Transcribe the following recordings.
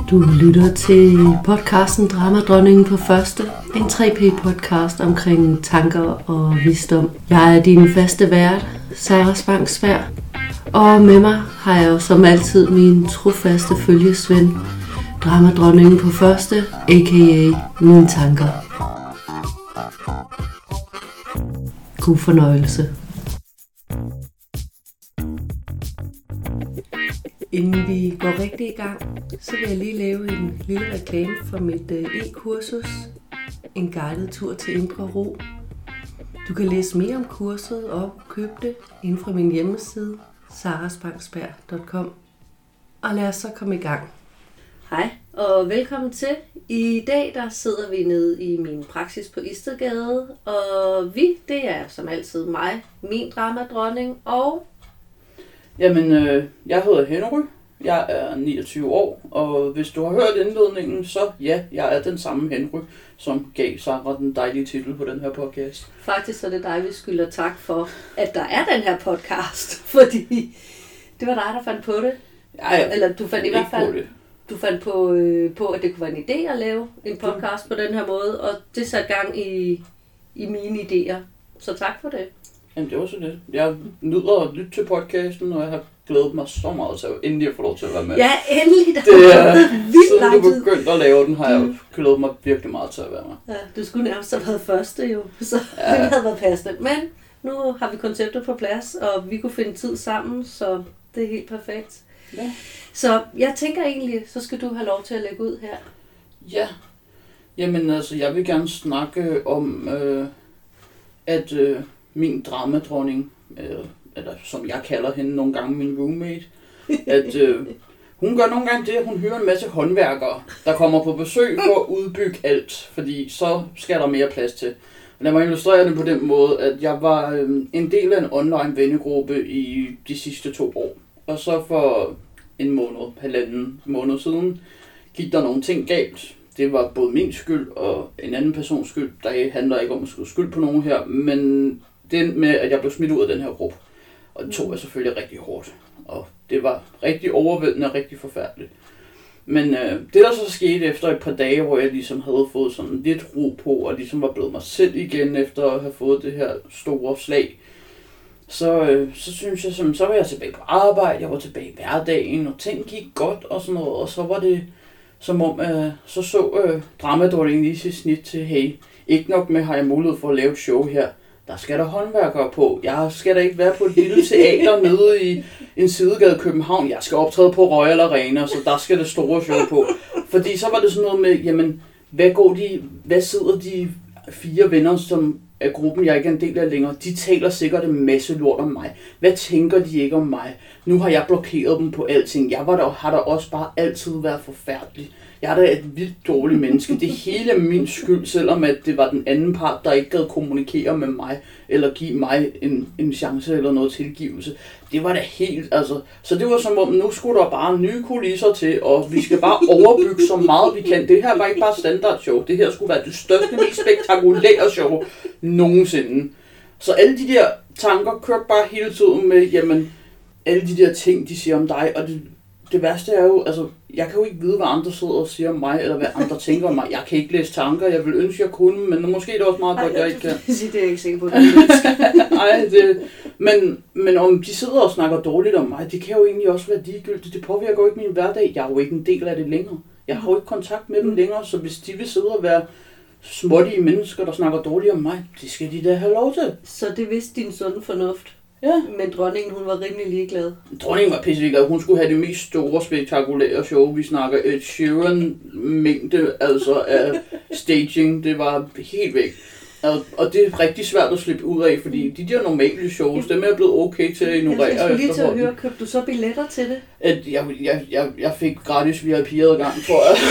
Du lytter til podcasten Dramadronningen på første. En 3P-podcast omkring tanker og visdom. Jeg er din faste vært, Sarah Spangsberg. Og med mig har jeg jo som altid min trofaste følgesven, Dramadronningen på første, a.k.a. mine tanker. God fornøjelse. Inden vi går rigtig i gang, så vil jeg lige lave en lille reklame for mit e-kursus, en guided tur til indre ro. Du kan læse mere om kurset og købe det inden fra min hjemmeside, sarahspangsberg.com. Og lad os så komme i gang. Hej og velkommen til. I dag der sidder vi nede i min praksis på Istedgade, og vi, det er som altid mig, min dramadronning og... Jamen, jeg hedder Henry, jeg er 29 år, og hvis du har hørt indledningen, så ja, jeg er den samme Henry, som gav Sarah den dejlige titel på den her podcast. Faktisk er det dig, vi skylder tak for, at der er den her podcast, fordi det var dig, der fandt på det. Ja, eller du fandt i hvert fald du fandt på, at det kunne være en idé at lave en podcast på den her måde, og det satte gang i mine idéer. Så tak for det. Jamen, det var så det. Jeg nyder at lytte til podcasten, og jeg har glædet mig så meget til at endelig få lov til at være med. Ja, endelig. Det er siden du begyndte at lave den, har jeg glædet mig virkelig meget til at være med. Ja, du skulle nærmest have været første jo, så ja. Det havde været passende. Men nu har vi konceptet på plads, og vi kunne finde tid sammen, så det er helt perfekt. Ja. Så jeg tænker egentlig, så skal du have lov til at lægge ud her. Ja. Jamen altså, jeg vil gerne snakke om, at min dramadronning, eller som jeg kalder hende nogle gange, min roommate, at hun gør nogle gange det, at hun hører en masse håndværkere, der kommer på besøg for at udbygge alt, fordi så skal der mere plads til. Lad mig illustrere det på den måde, at jeg var en del af en online vennegruppe i de sidste 2 år, og så for halvanden måned siden, gik der nogle ting galt. Det var både min skyld og en anden persons skyld. Der handler ikke om at skulle skyld på nogen her, men det med, at jeg blev smidt ud af den her gruppe. Og det tog jeg selvfølgelig rigtig hårdt. Og det var rigtig overvældende og rigtig forfærdeligt. Men det der så skete efter et par dage, hvor jeg ligesom havde fået sådan lidt ro på, og ligesom var blevet mig selv igen efter at have fået det her store slag, så synes jeg, så var jeg tilbage på arbejde, jeg var tilbage i hverdagen, og ting gik godt og sådan noget, og så var det som om, så dramadronningen lige sit snit til, hey, ikke nok med, har jeg mulighed for at lave et show her, der skal der håndværkere på, jeg skal da ikke være på et lille teater nede i en sidegade i København, jeg skal optræde på Royal Arena, så der skal det store show på, fordi så var det sådan noget med, jamen, hvad sidder de 4 venner, som af gruppen, jeg ikke er en del af længere, de taler sikkert en masse lort om mig. Hvad tænker de ikke om mig? Nu har jeg blokeret dem på alting. Jeg har da også bare altid været forfærdelig. Jeg er da et vildt dårligt menneske. Det hele er min skyld, selvom at det var den anden part, der ikke gad kommunikere med mig, eller give mig en chance eller noget tilgivelse. Det var da helt, altså... Så det var som om, nu skulle der bare nye kulisser til, og vi skal bare overbygge så meget vi kan. Det her var ikke bare standardshow. Det her skulle være det største, mest spektakulære show nogensinde. Så alle de der tanker kørte bare hele tiden med, jamen, alle de der ting, de siger om dig, og det værste er jo, altså, jeg kan jo ikke vide, hvad andre sidder og siger om mig, eller hvad andre tænker om mig. Jeg kan ikke læse tanker, jeg vil ønske, jeg kunne, men måske er det også meget godt, jeg ikke kan. Det er jeg ikke sikker på, men om de sidder og snakker dårligt om mig, det kan jo egentlig også være ligegyldigt. Det påvirker jo ikke min hverdag. Jeg er jo ikke en del af det længere. Jeg har jo ikke kontakt med dem længere, så hvis de vil sidde og være smålige mennesker, der snakker dårligt om mig, det skal de da have lov til. Så det vidste din sunde fornuft? Ja. Men dronningen, hun var rimelig ligeglad. Dronningen var pisseligeglad. Hun skulle have det mest store, spektakulære show. Vi snakker et Sheeran-mængde altså af staging. Det var helt væk. Og det er rigtig svært at slippe ud af, fordi de der normale shows, dem er jeg blevet okay til at ignorere. Jeg skulle lige til at høre, købte du så billetter til det? At jeg fik gratis VIP-adgang, tror jeg.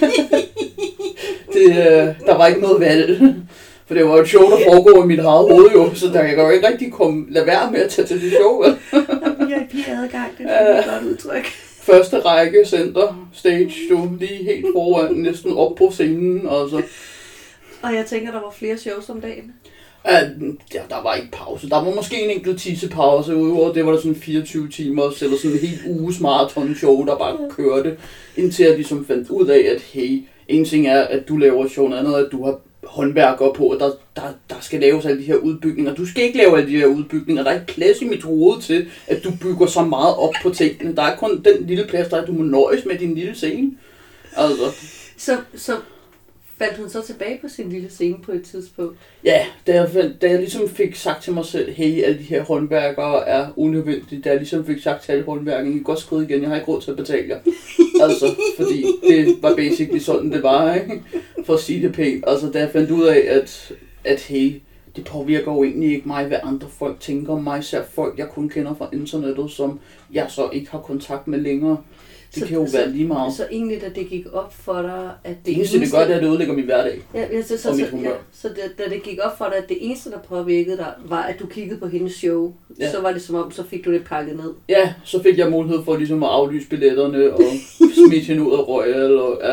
Der var ikke noget valg. For det var jo et show, der foregår i mit eget hoved jo, så der kan jo ikke rigtig lade være med at tage til det show. VIP-adgang, det er et godt udtryk. Første række, center, stage, du lige helt foran, næsten op på scenen. Altså. Og jeg tænker, der var flere shows om dagen. Der var ikke pause. Der var måske en enkelt tissepause, udover det var der sådan 24 timer, eller sådan en helt uges marathon-show, der bare kørte, indtil jeg ligesom fandt ud af, at hey, en ting er, at du laver show, noget andet er, at du har håndværkere på, og der skal laves alle de her udbygninger. Du skal ikke lave alle de her udbygninger. Der er ikke plads i mit hoved til, at du bygger så meget op på tingene. Der er kun den lille plads, der er, at du må nøjes med din lille scene. Altså. Så faldt hun så tilbage på sin lille scene på et tidspunkt? Ja, da jeg ligesom fik sagt til mig selv, hey, alle de her håndværkere er unødvendige. Da jeg ligesom fik sagt til alle håndværkere, I kan godt skride igen, jeg har ikke råd til at betale jer. Altså, fordi det var basically sådan, det var, ikke? For at sige det pænt. Altså, da jeg fandt ud af, at hey, det påvirker jo egentlig ikke mig, hvad andre folk tænker om mig, især folk, jeg kun kender fra internettet, som jeg så ikke har kontakt med længere. Det kan jo være lige meget. Så egentlig, da det gik op for dig, at det eneste, det gør, det er, at det ødelægger min hverdag. Så da det gik op for dig, at det eneste, der påvirkede dig, var, at du kiggede på hendes show, så var det som om, så fik du det pakket ned. Ja, så fik jeg mulighed for ligesom at aflyse billetterne og smide hende ud af Royal. Og,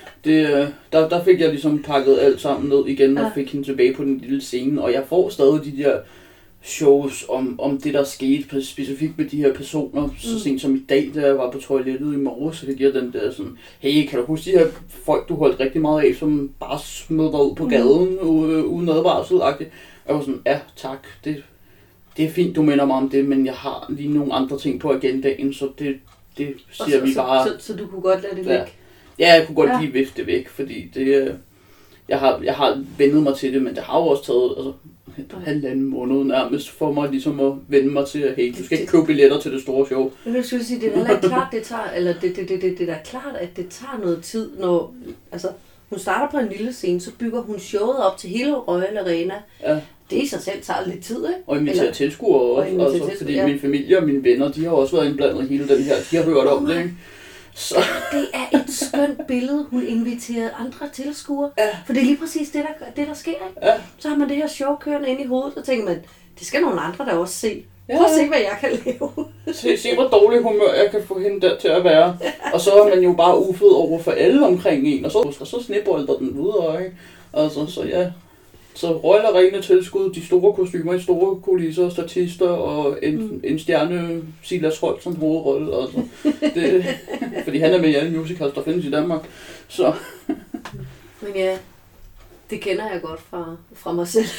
der fik jeg ligesom pakket alt sammen ned igen og fik hende tilbage på den lille scene. Og jeg får stadig de der shows om det, der skete specifikt med de her personer. Så sent som i dag, da jeg var på toilettet i morges, så fik jeg den der sådan, hey, kan du huske de her folk, du holdt rigtig meget af, som bare smed dig ud på gaden uden advarsel-agtigt? Jeg var sådan, ja, tak, det er fint, du minder mig om det, men jeg har lige nogle andre ting på agendaen, så det siger vi bare. Så du kunne godt lade det væk? Ja, jeg kunne godt lige vifte det væk, fordi det, jeg har vendet mig til det, men det har jo også taget halvanden måned nærmest for mig ligesom at vende mig til, at hey, du skal ikke købe billetter til det store show. Jeg skulle sige, det er da klart, det er klart, at det tager noget tid, når, altså, hun starter på en lille scene, så bygger hun showet op til hele Royal Arena. Ja. Det i sig selv tager lidt tid, ikke? Og inviterer tilskuere også, altså, fordi min familie og mine venner, de har også været indblandet i hele den her, de har hørt om det, ikke? Så. Det er et skønt billede, hun inviterer andre tilskuere. Ja. For det er lige præcis det, der sker, ikke? Ja. Så har man det her show kørende ind i hovedet, og tænker man, det skal nogle andre der også se. Prøv at se, hvad jeg kan lave. Se hvor dårlig humør jeg kan få hende der til at være. Ja. Og så er man jo bare ufed over for alle omkring en, og så snebolder den videre, ikke? Altså, så ja. Så Royal Arena tilskud, de store kostymer i store kulisser, statister og en stjerne, Silas Holt som hovedrolle. Altså. Det, fordi han er med i alle musicals, der findes i Danmark. Så. Men ja, det kender jeg godt fra mig selv.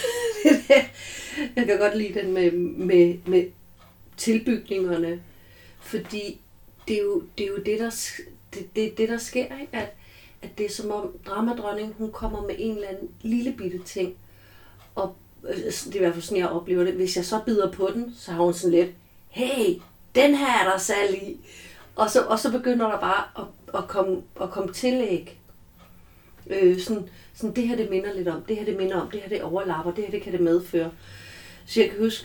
Jeg kan godt lide den med tilbygningerne, fordi det er jo det, der sker, ikke? At det er som om dramadronning, hun kommer med en eller anden lille bitte ting, og det er i hvert fald sådan, jeg oplever det. Hvis jeg så bider på den, så har hun sådan lidt, hey, den her er der salg i. Og så begynder der bare at komme tillæg. Sådan, det her det minder lidt om, det her det minder om, det her det overlapper, det her det kan det medføre. Så jeg kan huske,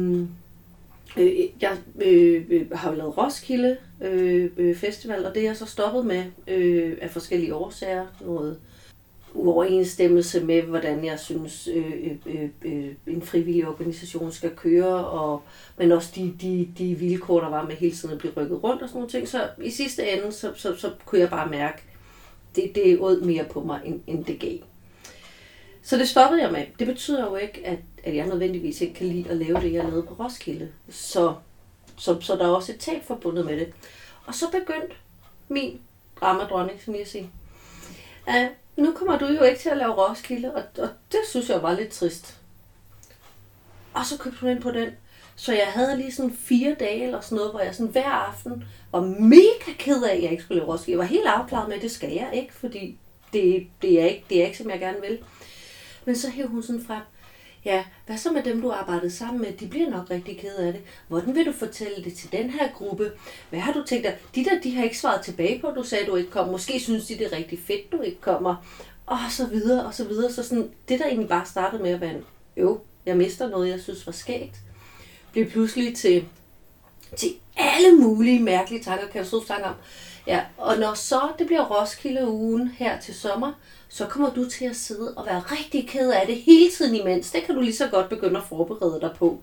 jeg har jo lavet Roskilde Festival, og det er jeg så stoppet med af forskellige årsager. Noget uoverensstemmelse med, hvordan jeg synes en frivillig organisation skal køre, men også de vilkår, der var med hele tiden at blive rykket rundt og sådan nogle ting. Så i sidste ende, så kunne jeg bare mærke, det åd mere på mig, end det gav. Så det stoppede jeg med. Det betyder jo ikke, at jeg nødvendigvis ikke kan lide at lave det, jeg lavede på Roskilde. Så der er også et tab forbundet med det. Og så begyndte min dramadronning, som jeg siger, nu kommer du jo ikke til at lave Roskilde, og det synes jeg var lidt trist. Og så købte hun ind på den. Så jeg havde lige sådan 4 dage eller sådan noget, hvor jeg sådan hver aften var mega ked af, at jeg ikke skulle lave Roskilde. Jeg var helt afklaret med, at det skal jeg ikke, fordi det er ikke, som jeg gerne vil. Men så hævde hun sådan frem, ja, hvad så med dem, du arbejdede sammen med? De bliver nok rigtig ked af det. Hvordan vil du fortælle det til den her gruppe? Hvad har du tænkt dig? De har ikke svaret tilbage på, at du sagde, at du ikke kom. Måske synes de, det er rigtig fedt, du ikke kommer. Og så videre, og så videre. Så sådan, det, der egentlig bare startede med at være jeg mister noget, jeg synes var skægt, blev pludselig til alle mulige mærkelige tanker, katastrofetanker om. Ja, og når så det bliver Roskilde-ugen her til sommer, så kommer du til at sidde og være rigtig ked af det hele tiden imens. Det kan du lige så godt begynde at forberede dig på.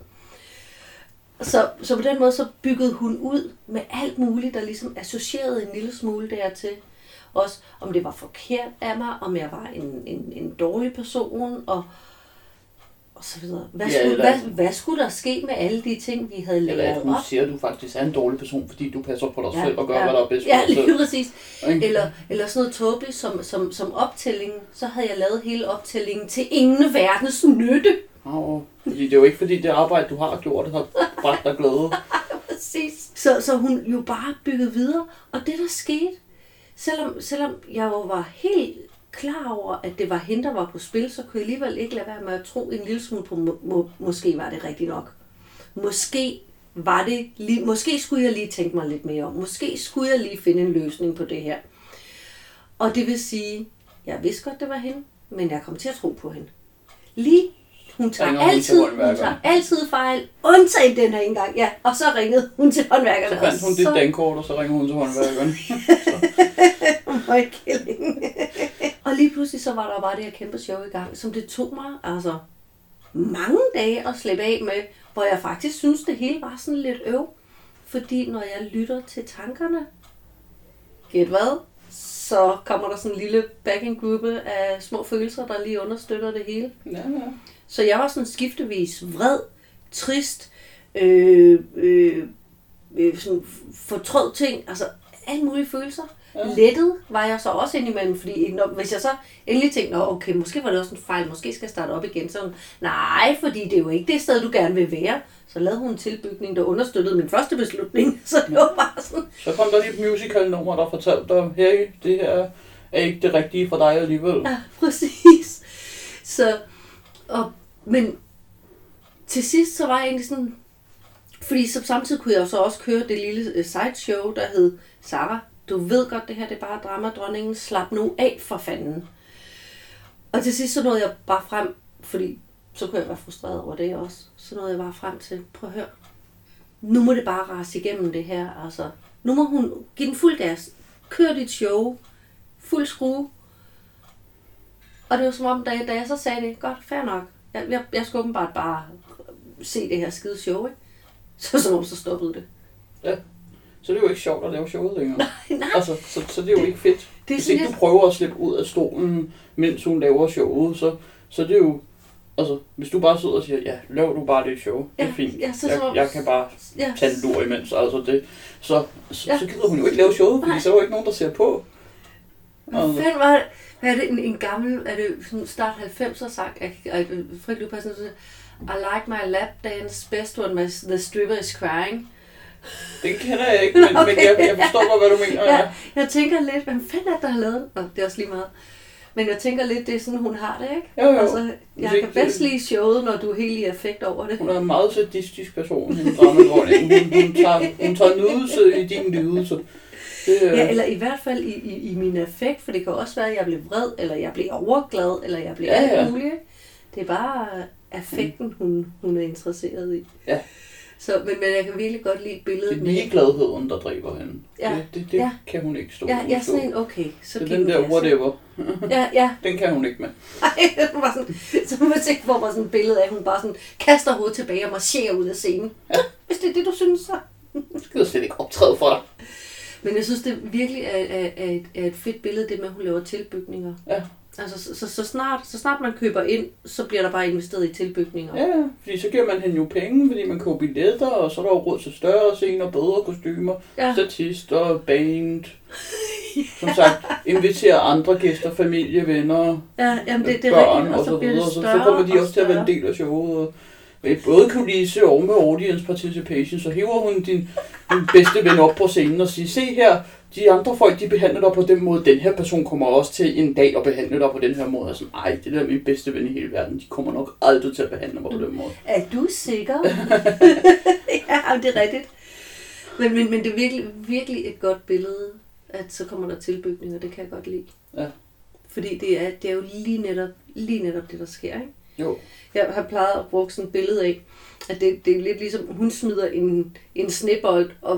Så på den måde så byggede hun ud med alt muligt, der ligesom associerede en lille smule dertil. Også om det var forkert af mig, om jeg var en dårlig person, og og så videre. Hvad skulle der ske med alle de ting, vi havde lavet op? Eller at hun siger, at du faktisk er en dårlig person, fordi du passer på dig selv og gør, hvad der er bedst for dig selv. Ja, lige præcis. Eller sådan noget tåbeligt som optællingen. Så havde jeg lavet hele optællingen til ingen verdens nytte. Fordi det er jo ikke fordi det arbejde, du har gjort, har bragt dig glæde. Præcis. Så hun jo bare byggede videre. Og det der skete, selvom jeg jo var helt klar over, at det var hende, der var på spil, så kunne jeg alligevel ikke lade være med at tro en lille smule på, måske var det rigtigt nok. Måske skulle jeg lige tænke mig lidt mere om. Måske skulle jeg lige finde en løsning på det her. Og det vil sige, jeg vidste godt, det var hende, men jeg kom til at tro på hende. Hun tager altid fejl, undtagen den her engang. Ja, og så ringede hun til håndværkerne. Så fandt hun dit dankort, og så ringede hun til håndværkerne. Og lige pludselig så var der bare det her kæmpe show i gang, som det tog mig altså mange dage at slippe af med, hvor jeg faktisk synes, det hele var sådan lidt øv. Fordi når jeg lytter til tankerne, gæt hvad? Så kommer der sådan en lille backing-gruppe af små følelser, der lige understøtter det hele. Ja. Så jeg var sådan skiftevis vred, trist, sådan fortrød ting, altså alle mulige følelser. Ja. Lettet var jeg så også indimellem, fordi hvis jeg så endelig tænkte, okay, måske var det også en fejl, måske skal jeg starte op igen, så nej, fordi det er jo ikke det sted, du gerne vil være. Så lavede hun en tilbygning, der understøttede min første beslutning, så det var bare sådan. Så kom der lige et musical-nummer, der fortalte dig, hey, det her er ikke det rigtige for dig alligevel. Ja, præcis. Men til sidst så var jeg egentlig sådan, fordi samtidig kunne jeg så også køre det lille sideshow, der hed Sarah, du ved godt, det her det er bare dramadronningen, slap nu af for fanden. Og til sidst så nåede jeg bare frem, fordi så kunne jeg være frustreret over det også. Så nåede jeg bare frem til, prøv at høre, nu må det bare rase igennem det her. Altså, nu må hun give den fuld gas, kør dit show, fuld skrue. Og det var som om, da jeg så sagde det, godt, fair nok, jeg skulle åbenbart bare se det her skide show, ikke? Så stoppede det. Ja. Så det er jo ikke sjovt at lave showet længere. Nej. Altså, så det er jo ikke fedt. Hvis ikke du prøver at slippe ud af stolen, mens hun laver showet, så det er jo... Altså, hvis du bare sidder og siger, ja, lav du bare det show, det er fint. Ja, jeg kan bare tage en lur imens. Altså så gider hun jo ikke lave showet, fordi så er jo ikke nogen, der ser på. Altså. Hvad er det en gammel, er det sådan start 90'er sagt, frygtelig passende, I like my lap dance best when the stripper is crying. Det kender jeg ikke, men, okay. men jeg forstår godt, hvad du mener. Ja, jeg tænker lidt, hvem fanden er der har lavet det? Det er også lige meget. Men jeg tænker lidt, det er sådan, hun har det, ikke? Jo. Altså, jeg kan bedst lide showet, når du er helt i affekt over det. Hun er en meget sadistisk person, hende dramadronningen. Hun tager nydelse i din lidelse. Ja, eller i hvert fald i min affekt, for det kan også være, at jeg bliver vred, eller jeg bliver overglad, eller jeg bliver alt muligt. Det er bare affekten, hun er interesseret i. Ja. Så, men jeg kan virkelig godt lide billedet. Det er ligegladheden, der driver hende. Ja. Det kan hun ikke stå. Ja, jeg er sådan en, okay. Så det er den der whatever. Ja. Den kan hun ikke med. Nej, hun var sådan, så man tænker på mig sådan et billede af, at hun bare sådan kaster hovedet tilbage og marcherer ud af scenen. Ja. Hvis det er det, du synes, så. Jeg skal slet ikke optræde for dig. Men jeg synes, det virkelig er et fedt billede, det med, at hun laver tilbygninger. Ja. Altså, så snart man køber ind, så bliver der bare investeret i tilbygninger. Ja, fordi så giver man hende jo penge, fordi man køber billetter, og så er der jo råd til større scener, bedre kostymer, statister, band. Som sagt, inviterer andre gæster, familie, venner, jamen det er børn rigtigt, og så videre. Så kommer de også til at være en del af showet. Både kulisse og med audience participation, så hiver hun din bedste ven op på scenen og siger, se her, de andre folk, de behandler dig på den måde, den her person kommer også til en dag at behandle dig på den her måde. Og sådan, ej, det der er min bedste ven i hele verden, de kommer nok aldrig til at behandle mig på den måde. Er du sikker? Ja, det er rigtigt. Men det er virkelig, virkelig et godt billede, at så kommer der tilbygninger, det kan jeg godt lide. Ja. Fordi det er jo lige netop det, der sker, ikke? Jo. Jeg har plejet at bruge sådan et billede af, at det er lidt ligesom, hun smider en snebold, og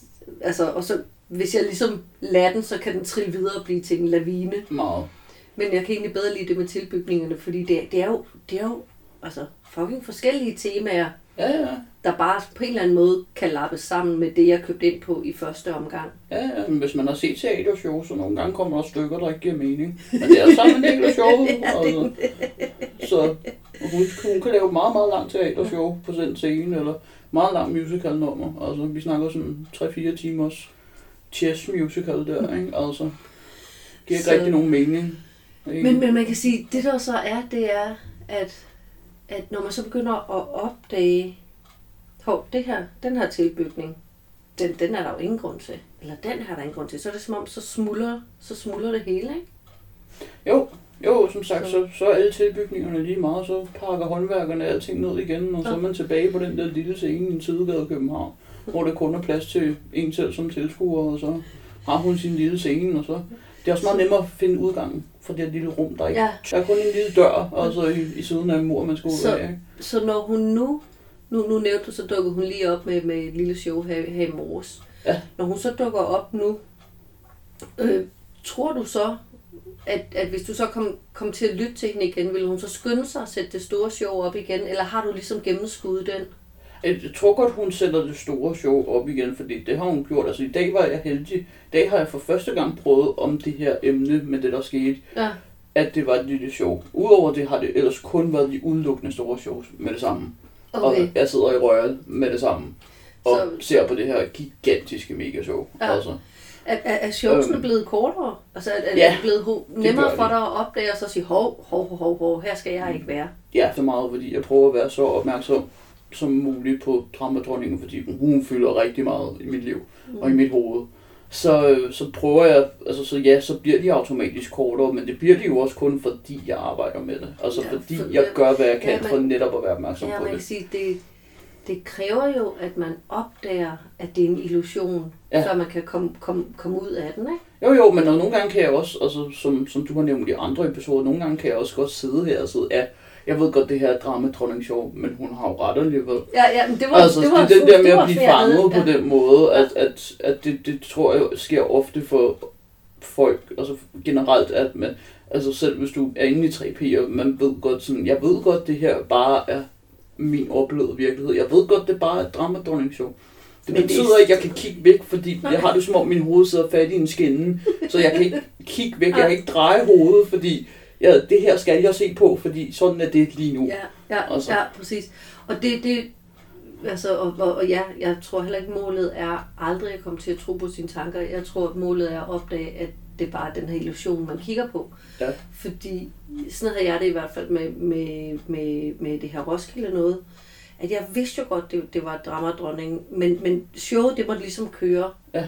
hvis jeg ligesom lader den, så kan den trille videre og blive til en lavine. Meget. Men jeg kan egentlig bedre lide det med tilbygningerne, fordi det er jo altså fucking forskellige temaer, der bare på en eller anden måde kan lappes sammen med det, jeg købte ind på i første omgang. Ja, men hvis man har set teatershow, så nogle gange kommer der stykker, der ikke giver mening. Men det er jo sammen en del af showet. Så hun kan lave meget, meget langt teatershow på den scene, eller meget lang musical-nummer. Altså, vi snakker sådan 3-4 timers chess-musical der, ikke? Altså, giver ikke rigtig nogen mening. Men man kan sige, det der så er, det er, at når man så begynder at opdage, den her tilbygning, den er der jo ingen grund til. Eller den her der ingen grund til. Så er det som om, så smuldrer det hele, ikke? Jo, som sagt, så er alle tilbygningerne lige meget, så pakker håndværkerne alting ned igen, og så er man tilbage på den der lille scene i en sidegade i København, hvor der kun er plads til en selv som tilskuer, og så har hun sin lille scene, og så... Det er også meget nemmere at finde udgangen fra det lille rum, der ikke. Ja. Der er kun en lille dør, altså i siden af en mur, man skal ud af, ikke? Så når hun nu nævnte du, så dukkede hun lige op med et lille show her i morges. Ja. Når hun så dukker op nu, tror du så, at hvis du så kom til at lytte til hende igen, ville hun så skynde sig at sætte det store show op igen, eller har du ligesom gennemskuddet den? Jeg tror godt, hun sætter det store show op igen, fordi det har hun gjort. Altså i dag var jeg heldig. I dag har jeg for første gang prøvet om det her emne med det, der skete. Ja. At det var et lille show. Udover det har det ellers kun været de udelukkende store shows med det samme. Okay. Og jeg sidder i Royal med det samme. Og ser på det her gigantiske megashow. Ja. Altså. Er showsene blevet kortere? Altså er det blevet nemmere for dig at opdage og så sige, hov, her skal jeg ikke være? Ja, så meget, fordi jeg prøver at være så opmærksom som muligt på dramadronningen, fordi hun fylder rigtig meget i mit liv og i mit hoved. Så prøver jeg, altså så bliver de automatisk kortere, men det bliver de jo også kun fordi jeg arbejder med det. Altså fordi jeg gør, hvad jeg kan for netop at være opmærksom på det. Ja, man kan sige, det kræver jo, at man opdager, at det er en illusion, så man kan komme ud af den, ikke? Jo, men nogle gange kan jeg også, altså som du har nævnt i andre episoder, nogle gange kan jeg også godt sidde her og sige, jeg ved godt, det her er dramadronning-show, men hun har jo ret alligevel. Ja, men det var den der med at blive fanget på den måde, at det tror jeg sker ofte for folk, altså generelt, at man, altså selv hvis du er inde i 3P'er, man ved godt sådan, jeg ved godt, det her bare er min oplevede virkelighed. Jeg ved godt, det bare er et dramadronning-show. Det betyder ikke, at jeg kan kigge væk, fordi jeg har det som om min hoved sidder fat i en skinne, så jeg kan ikke kigge væk, jeg kan ikke dreje hovedet, fordi det her skal jeg se på, fordi sådan er det lige nu. Ja, præcis. Og jeg tror heller ikke, målet er aldrig at komme til at tro på sine tanker. Jeg tror, at målet er at opdage, at det er bare den her illusion, man kigger på. Ja. Fordi sådan havde jeg det i hvert fald med det her Roskilde noget, at jeg vidste jo godt, det var dramadronningen, men showet, det måtte ligesom køre. Ja.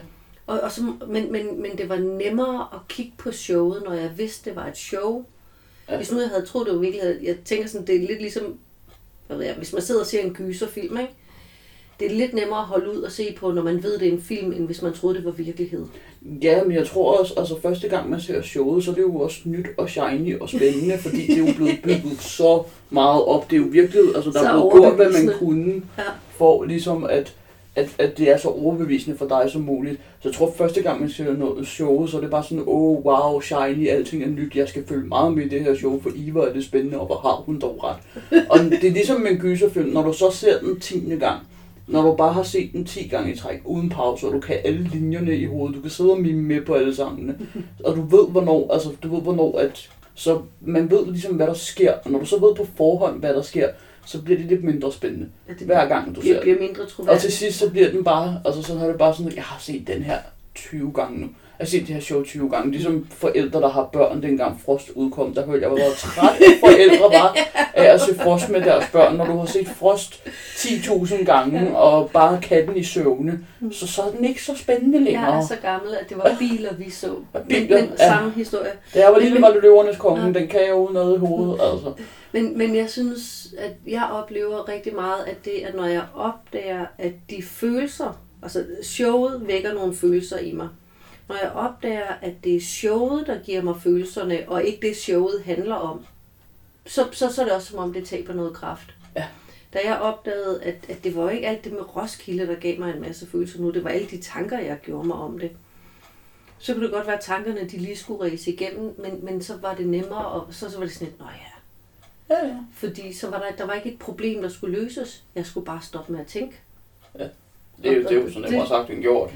Men det var nemmere at kigge på showet, når jeg vidste, det var et show. Ja. Hvis nu jeg havde troet, det var virkelighed, jeg tænker sådan, det er lidt ligesom, hvis man sidder og ser en gyserfilm, ikke? Det er lidt nemmere at holde ud og se på, når man ved, det er en film, end hvis man troede, det var virkelighed. Ja, men jeg tror også, altså første gang man ser showet, så er det jo også nyt og shiny og spændende, fordi det er jo blevet bygget så meget op. Det er jo virkelig, altså der er blevet gjort, hvad man kunne, for ligesom at det er så overbevisende for dig som muligt. Så jeg tror, første gang man ser noget showet, så er det bare sådan, wow, shiny, alting er nyt, jeg skal følge meget med i det her show, for Iva er det spændende, og hvor har hun dog ret. Og det er ligesom med en gyserfilm, når du så ser den 10. gang, når du bare har set den 10 gange i træk, uden pause, og du kan alle linjerne i hovedet, du kan sidde og mime med på alle sangene, og du ved, hvornår, at så man ved ligesom, hvad der sker, og når du så ved på forhånd, hvad der sker, så bliver det lidt mindre spændende, hver gang du ser det. Bliver mindre troværdigt. Og til sidst, så bliver den bare, altså så har det bare sådan, jeg har set den her 20 gange nu. Jeg har set det her show 20 gange. Ligesom forældre, der har børn, dengang Frost udkom, der hørte jeg, hvor træt forældre var af at se Frost med deres børn. Når du har set Frost 10.000 gange, og bare katten i søvne, så er den ikke så spændende længere. Jeg er så gammel, at det var biler, vi så. Men samme historie. Da jeg var lille, var Løvernes Konge, den kan jeg uden noget i hovedet. Altså. Men jeg synes, at jeg oplever rigtig meget, at det er, når jeg opdager, at de følelser, altså showet vækker nogle følelser i mig. Når jeg opdager, at det er showet, der giver mig følelserne, og ikke det showet handler om, så er det også som om, det taber noget kraft. Ja. Da jeg opdagede, at det var ikke alt det med Roskilde, der gav mig en masse følelser nu, det var alle de tanker, jeg gjorde mig om det. Så kunne det godt være, at tankerne de lige skulle ræse igennem, men så var det nemmere, og så var det sådan lidt, ja. Fordi så var der var ikke et problem, der skulle løses. Jeg skulle bare stoppe med at tænke. Ja. Det er jo så nemmere sagt end gjort.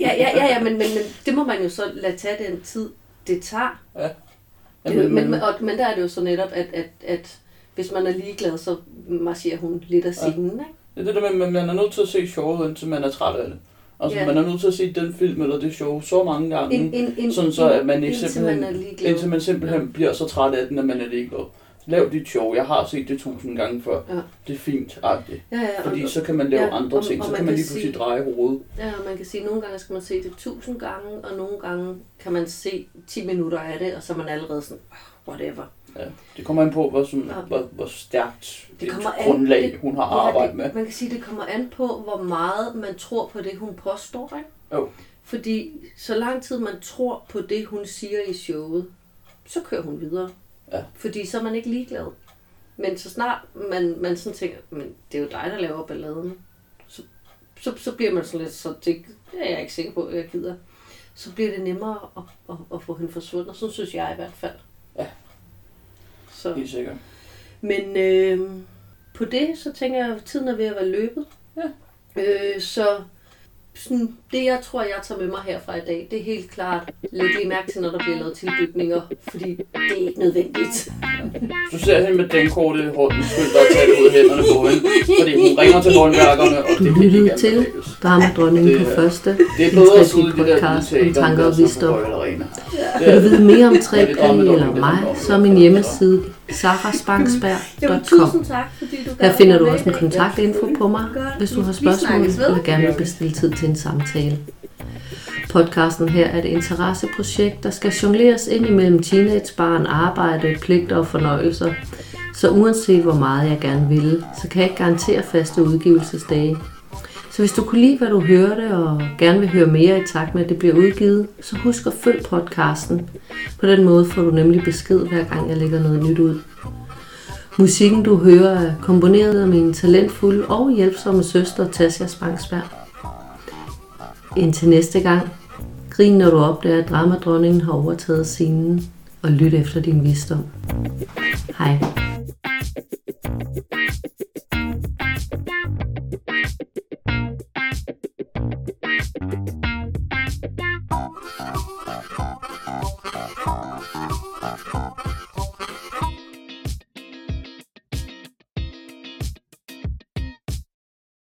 Men det må man jo så lade tage den tid, det tager. Ja. Men der er det jo så netop, at hvis man er ligeglad, så marcherer hun lidt af scenen, ikke? Det er det der med, at man er nødt til at se showet, indtil man er træt af det. Altså, man er nødt til at se den film eller det show så mange gange, sådan så at man ikke indtil man simpelthen bliver så træt af den, at man er ligeglad. Lav dit show. Jeg har set det 1000 gange før. Ja. Det er fint-agtigt. Fordi så kan man lave andre ting. Så kan man lige pludselig dreje hovedet. Ja, og man kan sige, at nogle gange skal man se det 1000 gange, og nogle gange kan man se 10 minutter af det, og så er man allerede sådan, whatever. Ja, det kommer an på, hvor stærkt det grundlag hun har arbejdet med. Man kan sige, at det kommer an på, hvor meget man tror på det, hun påstår. Ikke? Jo. Fordi så lang tid man tror på det, hun siger i showet, så kører hun videre. Ja. Fordi så er man ikke ligeglad. Men så snart man sådan tænker, men det er jo dig, der laver balladen, så bliver man sådan lidt, så det er jeg ikke sikker på, at jeg gider. Så bliver det nemmere at få hende forsvundet. Sådan synes jeg i hvert fald. Ja, så. Helt sikkert. Men på det, så tænker jeg, at tiden er ved at være løbet. Ja. Så sådan, det jeg tror, jeg tager med mig herfra i dag, det er helt klart, læg lige mærke til, når der bliver lavet tilbygninger, fordi det er ikke nødvendigt. Du ser hende med den korte i hånden, skylder og tage det ud af hænderne på hende, fordi hun ringer til håndværkerne, og det kan ikke til Dramadronningen på første. Det er bedre at sidde i det der podcast om tanker og visdom. Vil du vide mere om 3P eller mig, så er min hjemmeside sarasbangsberg.com. Her finder du også en kontaktinfo på mig, hvis du har spørgsmål eller gerne vil bestille tid til en samtale. Podcasten her er et interesseprojekt, der skal jongleres ind imellem teenagebarn, arbejde, pligter og fornøjelser. Så uanset hvor meget jeg gerne vil, så kan jeg ikke garantere faste udgivelsesdage. Så hvis du kunne lide, hvad du hørte, og gerne vil høre mere i takt med, at det bliver udgivet, så husk at følg podcasten. På den måde får du nemlig besked, hver gang jeg lægger noget nyt ud. Musikken, du hører, er komponeret af min talentfulde og hjælpsomme søster, Tasja Spangsberg. Indtil næste gang, grin når du opdager, at Dramadronningen har overtaget scenen, og lyt efter din visdom. Hej.